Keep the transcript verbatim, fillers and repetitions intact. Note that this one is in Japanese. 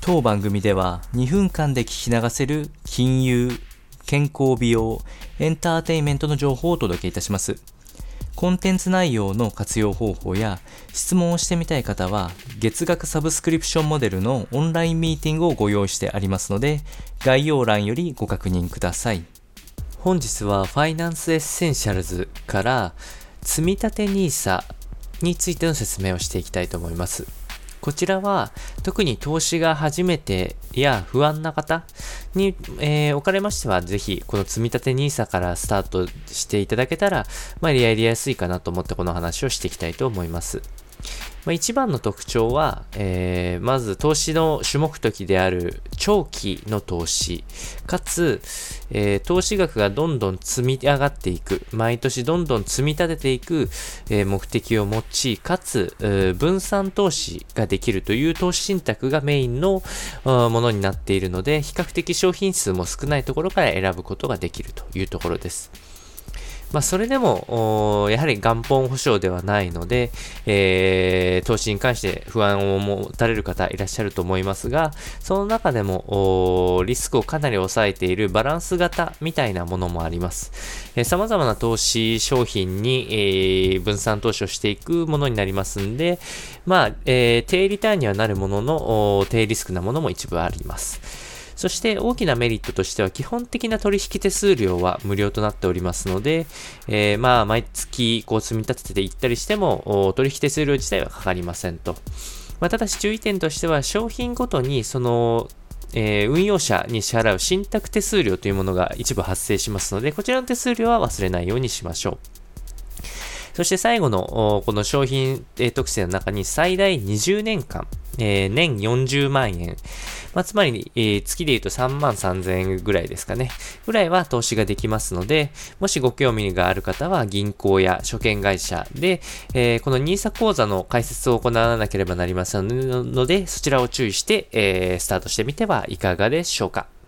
当番組ではにふんかんで聞き流せる金融、健康美容、エンターテインメントの情報をお届けいたします。コンテンツ内容の活用方法や質問をしてみたい方は月額サブスクリプションモデルのオンラインミーティングをご用意してありますので、概要欄よりご確認ください。本日はファイナンスエッセンシャルズから積立 ニーサ についての説明をしていきたいと思います。こちらは特に投資が初めてや不安な方に、えー、おかれましてはぜひこの積立 ニーサ からスタートしていただけたら、まあ、やりやすいかなと思ってこの話をしていきたいと思います。まあ、一番の特徴は、えー、まず投資の主目的である長期の投資かつ、えー、投資額がどんどん積み上がっていく、毎年どんどん積み立てていく、えー、目的を持ち、かつ、えー、分散投資ができるという投資信託がメインのものになっているので、比較的商品数も少ないところから選ぶことができるというところです。まあ、それでも、やはり元本保証ではないので、えー、投資に関して不安を持たれる方いらっしゃると思いますが、その中でも、リスクをかなり抑えているバランス型みたいなものもあります。えー、様々な投資商品に、えー、分散投資をしていくものになりますんで、まあ、えー、低リターンにはなるものの、低リスクなものも一部あります。そして大きなメリットとしては基本的な取引手数料は無料となっておりますので、えー、まあ毎月こう積み立てていったりしても取引手数料自体はかかりませんと。まあ、ただし注意点としては商品ごとにそのえー、運用者に支払う信託手数料というものが一部発生しますので、こちらの手数料は忘れないようにしましょう。そして最後のこの商品特性の中に最大にじゅうねんかん、えー、年よんじゅうまんえん、まあ、つまり、えー、月で言うとさんまんさんぜんえんぐらいですかね、ぐらいは投資ができますので、もしご興味がある方は銀行や証券会社で、えー、このニーサ口座の開設を行わなければなりませんので、そちらを注意して、えー、スタートしてみてはいかがでしょうか。